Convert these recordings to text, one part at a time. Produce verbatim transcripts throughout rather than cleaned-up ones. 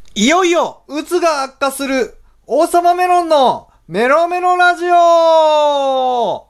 いよいよ、鬱が悪化する、王様メロンのメロメロラジオ。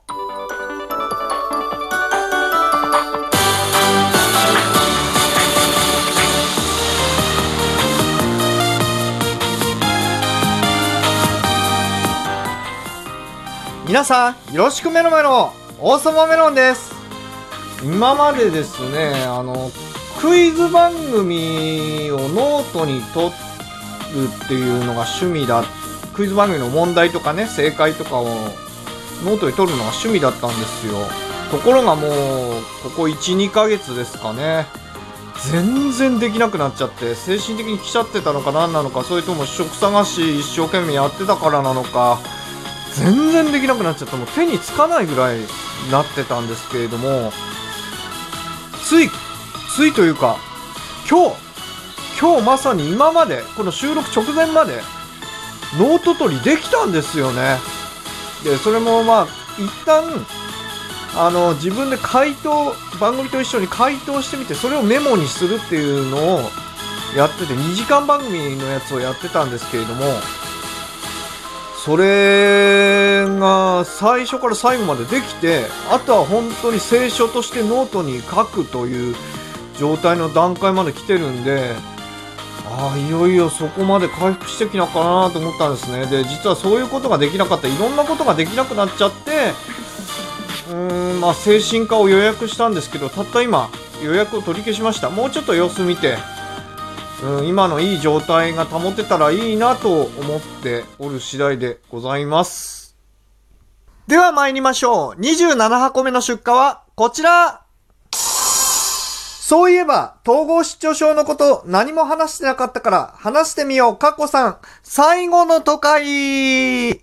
皆さん、よろしくメロメロ、王様メロンです。今までですね、あの、クイズ番組をノートに取るっていうのが趣味だ。クイズ番組の問題とかね、正解とかをノートに取るのが趣味だったんですよ。ところがもう、ここいち、にかげつですかね。全然できなくなっちゃって、精神的に来ちゃってたのか何なのか、それとも職探し一生懸命やってたからなのか、全然できなくなっちゃって、もう手につかないぐらいになってたんですけれども、つい、ついというか、今日、今日まさに今まで、この収録直前まで、ノート取りできたんですよね。で、それもまあ、一旦、あの、自分で回答、番組と一緒に回答してみて、それをメモにするっていうのをやってて、にじかん番組のやつをやってたんですけれども、それが最初から最後までできて、あとは本当に清書としてノートに書くという状態の段階まで来てるんで、ああ、いよいよそこまで回復してきたかなと思ったんですね。で、実はそういうことができなかった、いろんなことができなくなっちゃって、うーん、まあ精神科を予約したんですけど、たった今予約を取り消しました。もうちょっと様子見て、うん、今のいい状態が保てたらいいなと思っておる次第でございます。では参りましょう。にじゅうななはこめの出荷はこちら。そういえば、統合失調症のこと何も話してなかったから話してみよう。かっこさん、最後の都会。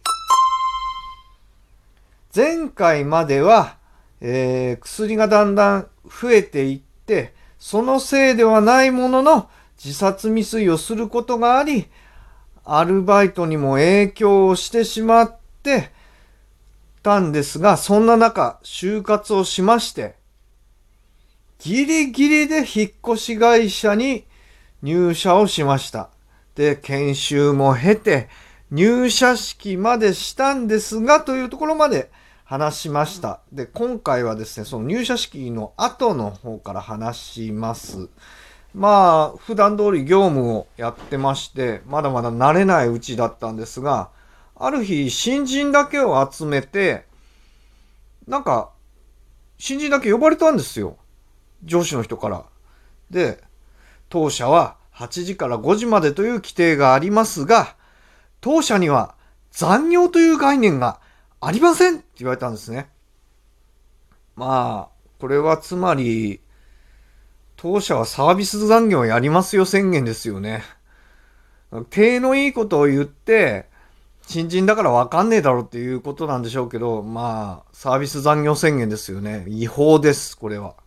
前回までは、えー、薬がだんだん増えていって、そのせいではないものの、自殺未遂をすることがあり、アルバイトにも影響をしてしまってたんですが、そんな中、就活をしまして、ギリギリで引っ越し会社に入社をしました。で、研修も経て、入社式までしたんですが、というところまで話しました。で、今回はですね、その入社式の後の方から話します。まあ、普段通り業務をやってまして、まだまだ慣れないうちだったんですが、ある日、新人だけを集めて、なんか、新人だけ呼ばれたんですよ。上司の人から。で、当社ははちじからごじまでという規定がありますが、当社には残業という概念がありませんって言われたんですね。まあ、これはつまり、当社はサービス残業やりますよ宣言ですよね。手のいいことを言って、新人だからわかんねえだろっていうことなんでしょうけど、まあ、サービス残業宣言ですよね。違法です、これは。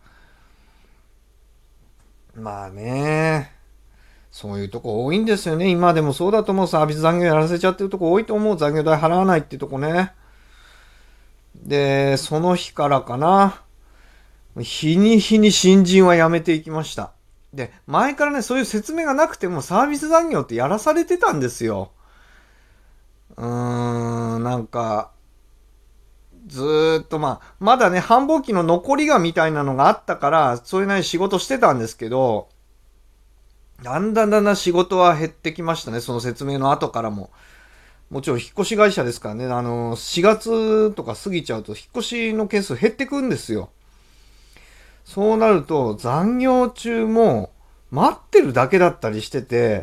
まあね、そういうとこ多いんですよね。今でもそうだと思う。サービス残業やらせちゃってるとこ多いと思う。残業代払わないっていうとこね。で、その日からかな。日に日に新人は辞めていきました。で、前からね、そういう説明がなくてもサービス残業ってやらされてたんですよ。うーん、なんか、ずーっとまあ、まだね、繁忙期の残りがみたいなのがあったから、そういうなり仕事してたんですけど、だんだんだんだん仕事は減ってきましたね、その説明の後からも。もちろん引っ越し会社ですからね、あの、しがつとか過ぎちゃうと引っ越しの件数減ってくんですよ。そうなると残業中も待ってるだけだったりしてて、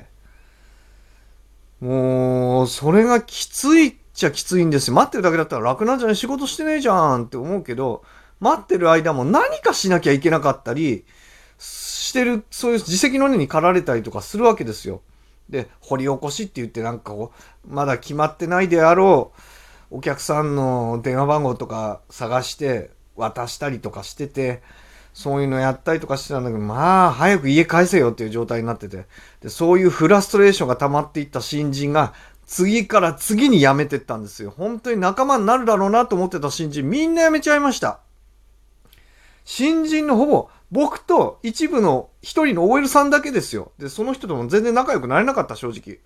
もうそれがきついっちゃきついんですよ。待ってるだけだったら楽なんじゃない、仕事してねえじゃんって思うけど、待ってる間も何かしなきゃいけなかったりしてる、そういう自責の念に駆られたりとかするわけですよ。で、掘り起こしって言ってなんかこう、まだ決まってないであろうお客さんの電話番号とか探して渡したりとかしてて、そういうのやったりとかしてたんだけど、まあ、早く家返せよっていう状態になってて。で、そういうフラストレーションが溜まっていった新人が、次から次に辞めてったんですよ。本当に仲間になるだろうなと思ってた新人、みんな辞めちゃいました。新人のほぼ僕と一部の一人の オーエル さんだけですよ。で、その人とも全然仲良くなれなかった、正直。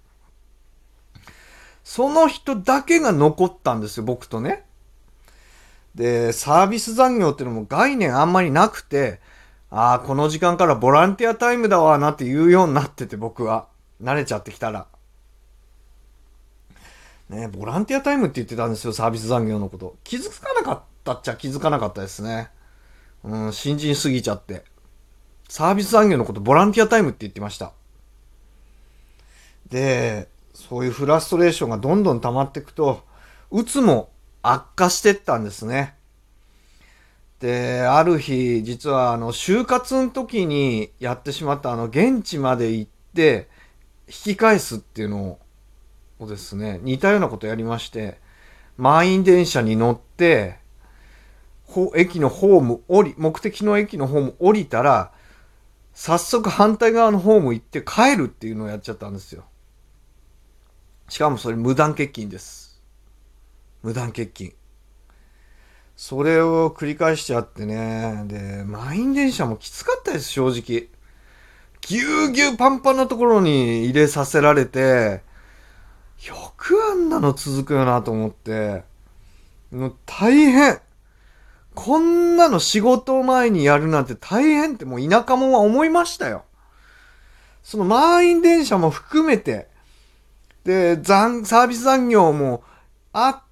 その人だけが残ったんですよ、僕とね。で、サービス残業っていうのも概念あんまりなくて、ああ、この時間からボランティアタイムだわなって言うようになってて、僕は。慣れちゃってきたら。ね、ボランティアタイムって言ってたんですよ、サービス残業のこと。気づかなかったっちゃ気づかなかったですね。うん、新人すぎちゃって。サービス残業のことボランティアタイムって言ってました。で、そういうフラストレーションがどんどん溜まっていくと、うつも悪化してったんですね。で、ある日、実はあの、就活の時にやってしまったあの、現地まで行って、引き返すっていうのをですね、似たようなことやりまして、満員電車に乗って、駅のホーム降り、目的の駅のホーム降りたら、早速反対側のホーム行って帰るっていうのをやっちゃったんですよ。しかもそれ無断欠勤です。無断欠勤。それを繰り返しちゃってね。で、満員電車もきつかったです、正直。ぎゅうぎゅうパンパンなところに入れさせられて、よくあんなの続くよなと思って、もう大変。こんなの仕事前にやるなんて大変ってもう田舎者は思いましたよ。その満員電車も含めて、で、残、サービス残業もあって、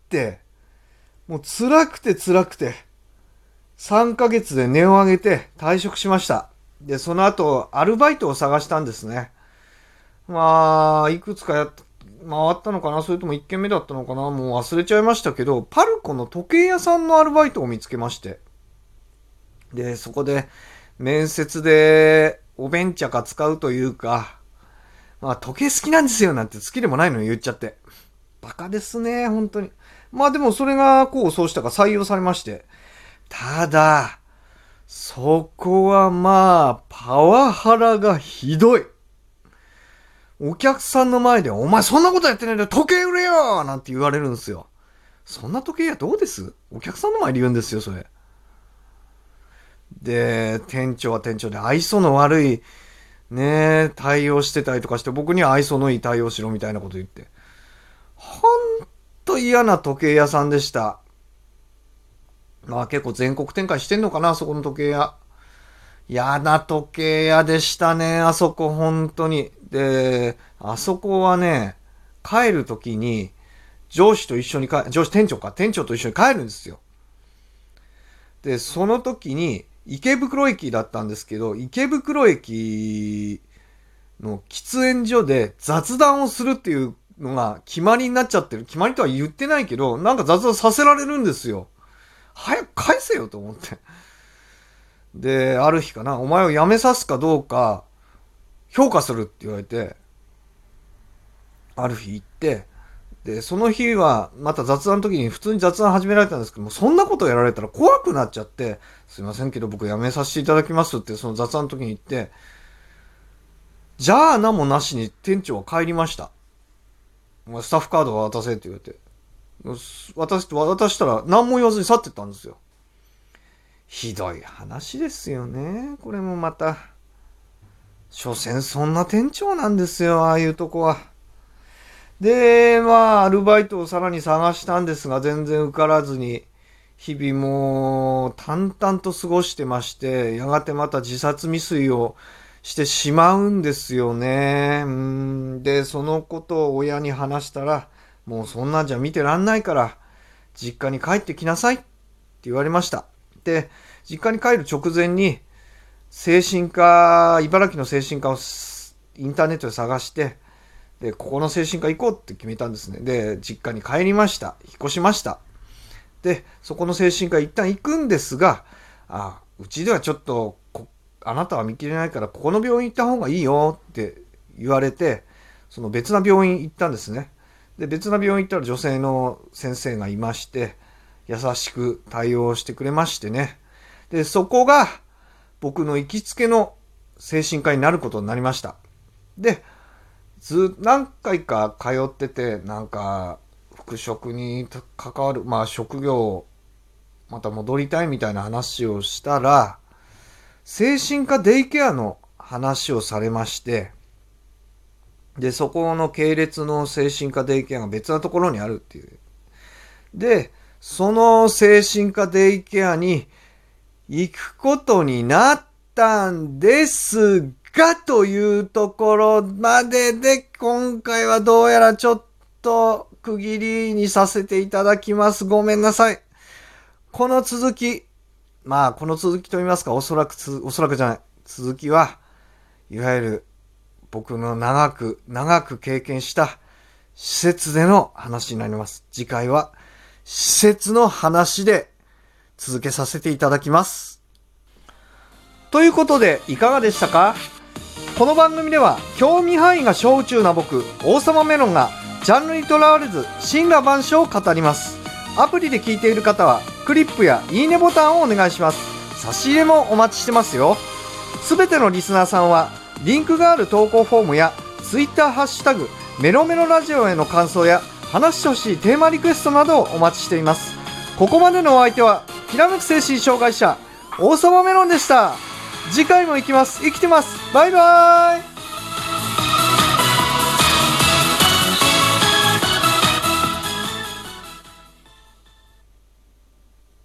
もう辛くて辛くて、さんかげつで値を上げて退職しました。で、その後、アルバイトを探したんですね。まあ、いくつかやっ、回ったのかな、それともいっけんめだったのかな、もう忘れちゃいましたけど、パルコの時計屋さんのアルバイトを見つけまして。で、そこで、面接で、おべんちゃか使うというか、まあ、時計好きなんですよなんて好きでもないのに言っちゃって。バカですね、本当に。まあでもそれがこうそうしたか採用されまして。ただ、そこはまあ、パワハラがひどい。お客さんの前で、お前そんなことやってないんだよ、時計売れよなんて言われるんですよ。そんな時計屋どうです？お客さんの前で言うんですよ、それ。で、店長は店長で愛想の悪い、ね、対応してたりとかして、僕には愛想のいい対応しろみたいなこと言って。ほんと嫌な時計屋さんでした。まあ結構全国展開してんのかな、そこの時計屋。嫌な時計屋でしたね、あそこ、本当に。で、あそこはね、帰るときに、上司と一緒に帰、上司店長か、店長と一緒に帰るんですよ。で、その時に、池袋駅だったんですけど、池袋駅の喫煙所で雑談をするっていうのが決まりになっちゃってる。決まりとは言ってないけど、なんか雑談させられるんですよ。早く返せよと思って。で、ある日かな、お前を辞めさすかどうか評価するって言われて、ある日行って、で、その日はまた雑談の時に普通に雑談始められたんですけども、そんなことやられたら怖くなっちゃって、すいませんけど僕辞めさせていただきますってその雑談の時に言って、じゃあ何もなしに店長は帰りました。お前スタッフカードを渡せって言われて。渡して、渡したら何も言わずに去ってったんですよ。ひどい話ですよね。これもまた。所詮そんな店長なんですよ、ああいうとこは。で、まあ、アルバイトをさらに探したんですが、全然受からずに、日々もう淡々と過ごしてまして、やがてまた自殺未遂をしてしまうんですよね。うん。で、そのことを親に話したら、もうそんなんじゃ見てらんないから、実家に帰ってきなさいって言われました。で、実家に帰る直前に、精神科、茨城の精神科をインターネットで探して、で、ここの精神科行こうって決めたんですね。で、実家に帰りました。引っ越しました。で、そこの精神科一旦行くんですが、あ、うちではちょっとあなたは見切れないからここの病院行った方がいいよって言われて、その別な病院行ったんですね。で、別な病院行ったら女性の先生がいまして、優しく対応してくれましてね。で、そこが僕の行きつけの精神科になることになりました。で、ず何回か通ってて、なんか復職に関わる、まあ職業また戻りたいみたいな話をしたら、 精神科デイケアの話をされまして、で、そこの系列の精神科デイケアが別なところにあるっていう。で、その精神科デイケアに行くことになったんですが、というところまでで、今回はどうやらちょっと区切りにさせていただきます。ごめんなさい。この続き、まあこの続きと言いますか、おそらくつ、おそらくじゃない。続きは、いわゆる僕の長く、長く経験した施設での話になります。次回は施設の話で続けさせていただきます。ということで、いかがでしたか？この番組では、興味範囲が小宇宙な僕、王様メロンが、ジャンルにとらわれず、神羅万象を語ります。アプリで聞いている方は、クリップやいいねボタンをお願いします。差し入れもお待ちしてますよ。すべてのリスナーさんは、リンクがある投稿フォームや、ツイッターハッシュタグ、メロメロラジオへの感想や、話してほしいテーマリクエストなどをお待ちしています。ここまでのお相手は、きらめく精神障害者、王様メロンでした。次回も行きます。生きてます。バイバーイ。